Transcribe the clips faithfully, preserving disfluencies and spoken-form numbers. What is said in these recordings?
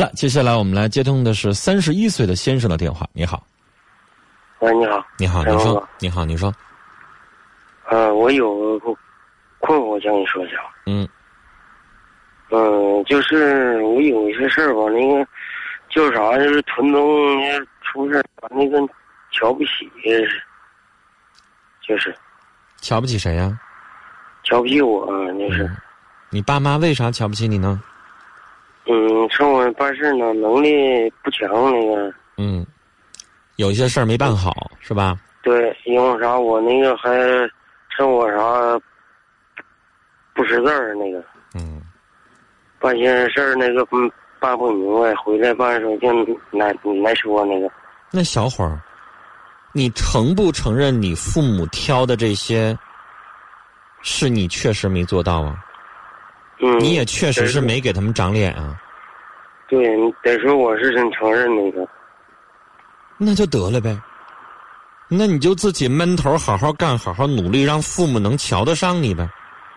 的，接下来我们来接通的是三十一岁的先生的电话。你好。 喂，你好。 你好，你说。你好，你说。 呃，我有个困惑，想跟你说一下。 嗯。 嗯、呃，就是我有一些事儿吧，那个叫啥，就是屯东出事，把那个瞧不起，就是。 瞧不起谁呀、啊？ 瞧不起我，就是、 嗯。你爸妈为啥瞧不起你呢？ 嗯，趁我办事呢，能力不强那个。 嗯，有一些事儿没办好，是吧？ 对，因为啥我那个还趁我啥不识字儿那个。 嗯。 办些事儿那个嗯办不明白，回来办的时候就难难说那个。 那小伙儿，你承不承认你父母挑的这些是你确实没做到啊？ 嗯。 你也确实是没给他们长脸啊。 对，得说我是真承认那个。 那就得了呗。那你就自己闷头好好干，好好努力，让父母能瞧得上你呗。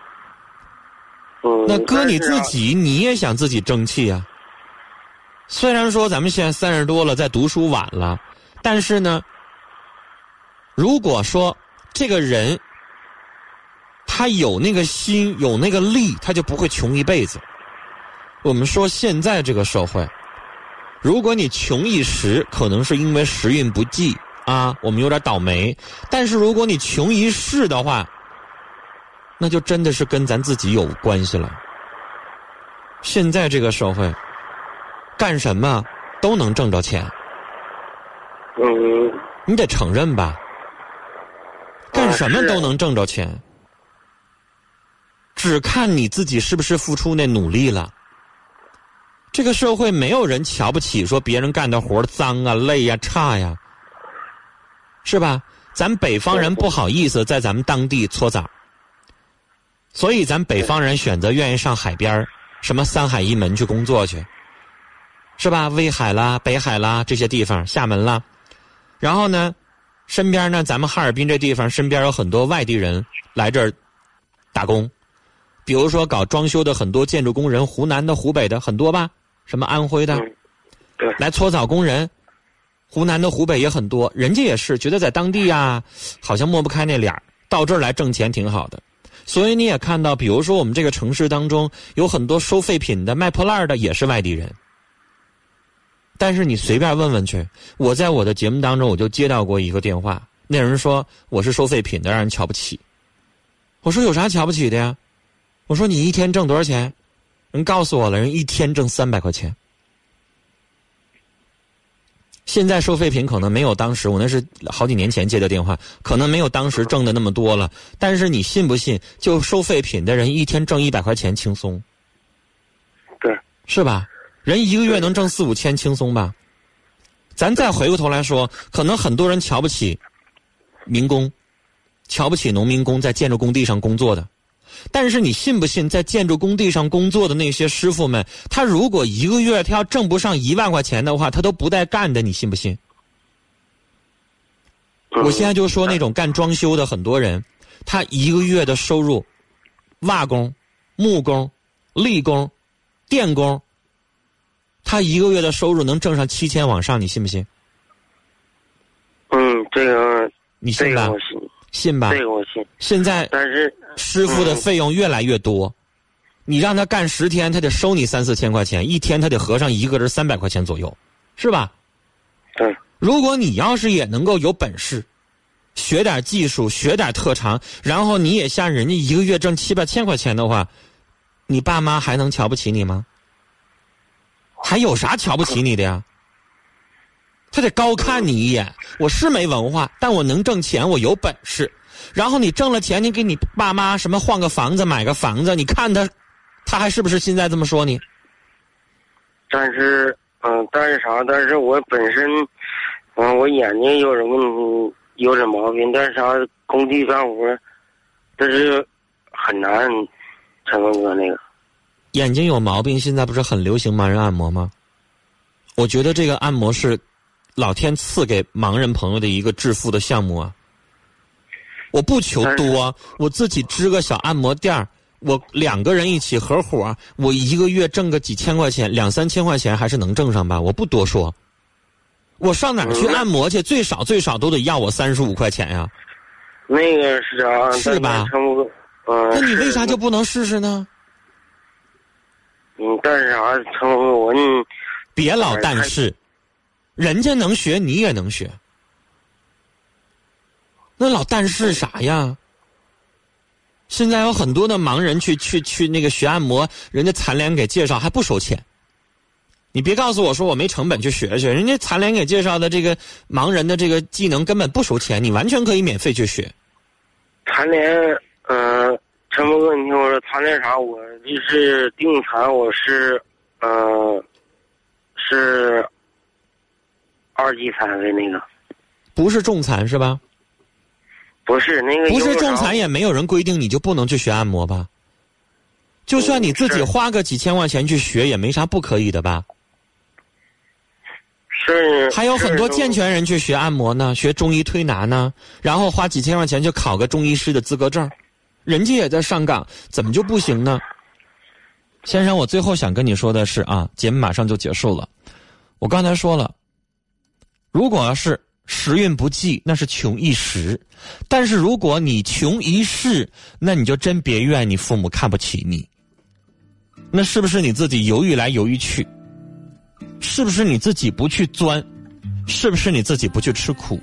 嗯。 那哥你自己，啊、你也想自己争气啊。虽然说咱们现在三十多了，在读书晚了，但是呢，如果说这个人他有那个心，有那个力，他就不会穷一辈子。我们说现在这个社会，如果你穷一时，可能是因为时运不济啊，我们有点倒霉。但是如果你穷一世的话，那就真的是跟咱自己有关系了。现在这个社会，干什么都能挣着钱。 嗯。 你得承认吧，干什么都能挣着钱，只看你自己是不是付出那努力了。这个社会没有人瞧不起说别人干的活脏啊、累呀、差呀，是吧？咱北方人不好意思在咱们当地搓澡，所以咱北方人选择愿意上海边，什么三海一门去工作去，是吧？威海啦、北海啦这些地方，厦门啦，然后呢，身边呢，咱们哈尔滨这地方身边有很多外地人来这儿打工，比如说搞装修的很多建筑工人，湖南的、湖北的很多吧。什么安徽的， 嗯、对， 来搓澡工人，湖南的、湖北也很多，人家也是觉得在当地啊，好像抹不开那脸儿，到这儿来挣钱挺好的。所以你也看到，比如说我们这个城市当中有很多收废品的、卖破烂的，也是外地人。但是你随便问问去，我在我的节目当中我就接到过一个电话，那人说我是收废品的，让人瞧不起。我说有啥瞧不起的呀？我说你一天挣多少钱？人告诉我了，人一天挣三百块钱。现在收废品可能没有当时，我那是好几年前接的电话，可能没有当时挣的那么多了。但是你信不信，就收废品的人一天挣一百块钱轻松， 对， 是吧？人一个月能挣四五千轻松吧？咱再回过头来说，可能很多人瞧不起民工，瞧不起农民工在建筑工地上工作的。但是你信不信，在建筑工地上工作的那些师傅们，他如果一个月他要挣不上一万块钱的话，他都不带干的，你信不信？ 嗯、 我现在就说那种干装修的很多人，他一个月的收入，瓦工、木工、力工、电工，他一个月的收入能挣上七千往上，你信不信？ 嗯，这个你信吧？ 这个我信。 信吧？ 这个我信。 现在， 但是师傅的费用越来越多，嗯、你让他干十天，他得收你三四千块钱，一天他得合上一个人三百块钱左右，是吧？ 对。 如果你要是也能够有本事，学点技术，学点特长，然后你也像人家一个月挣七八千块钱的话，你爸妈还能瞧不起你吗？还有啥瞧不起你的呀？他得高看你一眼，我是没文化，但我能挣钱，我有本事。然后你挣了钱，你给你爸妈什么换个房子、买个房子，你看他，他还是不是现在这么说你？ 但是，嗯、呃，但是啥？但是我本身，嗯、呃，我眼睛有点问题，有点毛病。但是啥？工地干活，但是很难，陈峰哥那个。 眼睛有毛病，现在不是很流行盲人按摩吗？我觉得这个按摩是老天赐给盲人朋友的一个致富的项目啊！我不求多，我自己支个小按摩店， 我两个人一起合伙，我一个月挣个几千块钱，两三千块钱还是能挣上吧？我不多说。我上哪儿去按摩去？最少最少都得要我三十五块钱呀。 那个是啊， 是吧？ 嗯， 那你为啥就不能试试呢？ 嗯，但是啥，成我你别老但是，人家能学，你也能学。那老但是啥呀？现在有很多的盲人去去去那个学按摩，人家残联给介绍还不收钱。你别告诉我说我没成本去学学，人家残联给介绍的这个盲人的这个技能根本不收钱，你完全可以免费去学。 残联，嗯、呃，陈博哥，你听我说，残联啥？我就是定残，我是，呃，是二级残的那个， 不是重残是吧？ 不是那个， 不是重残，也没有人规定你就不能去学按摩吧？就算你自己花个几千块钱去学，也没啥不可以的吧？ 是， 还有很多健全人去学按摩呢，学中医推拿呢，然后花几千块钱就考个中医师的资格证，人家也在上岗，怎么就不行呢？先生，我最后想跟你说的是啊，节目马上就结束了。我刚才说了，如果要是时运不济，那是穷一时，但是如果你穷一世，那你就真别怨你父母看不起你。那是不是你自己犹豫来犹豫去？是不是你自己不去钻？是不是你自己不去吃苦？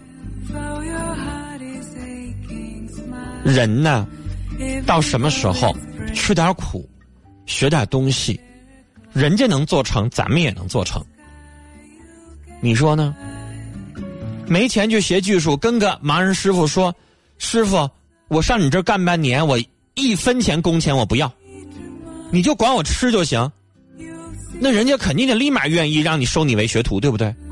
人呢，到什么时候吃点苦，学点东西，人家能做成，咱们也能做成。你说呢？没钱去学技术，跟个盲人师傅说，师傅，我上你这儿干半年，我一分钱工钱我不要，你就管我吃就行。那人家肯定得立马愿意让你收你为学徒，对不对？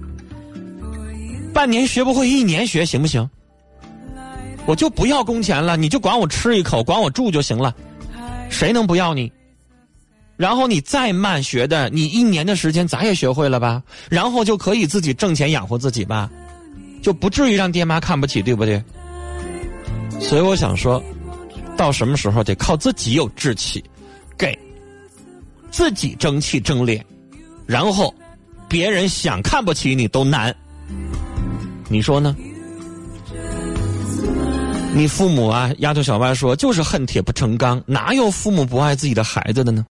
半年学不会，一年学行不行？我就不要工钱了，你就管我吃一口，管我住就行了，谁能不要你？然后你再慢学的，你一年的时间咱也学会了吧？然后就可以自己挣钱养活自己吧，就不至于让爹妈看不起，对不对？所以我想说，到什么时候得靠自己有志气，给自己争气争脸，然后别人想看不起你都难。你说呢？你父母啊，丫头小歪说就是恨铁不成钢，哪有父母不爱自己的孩子的呢？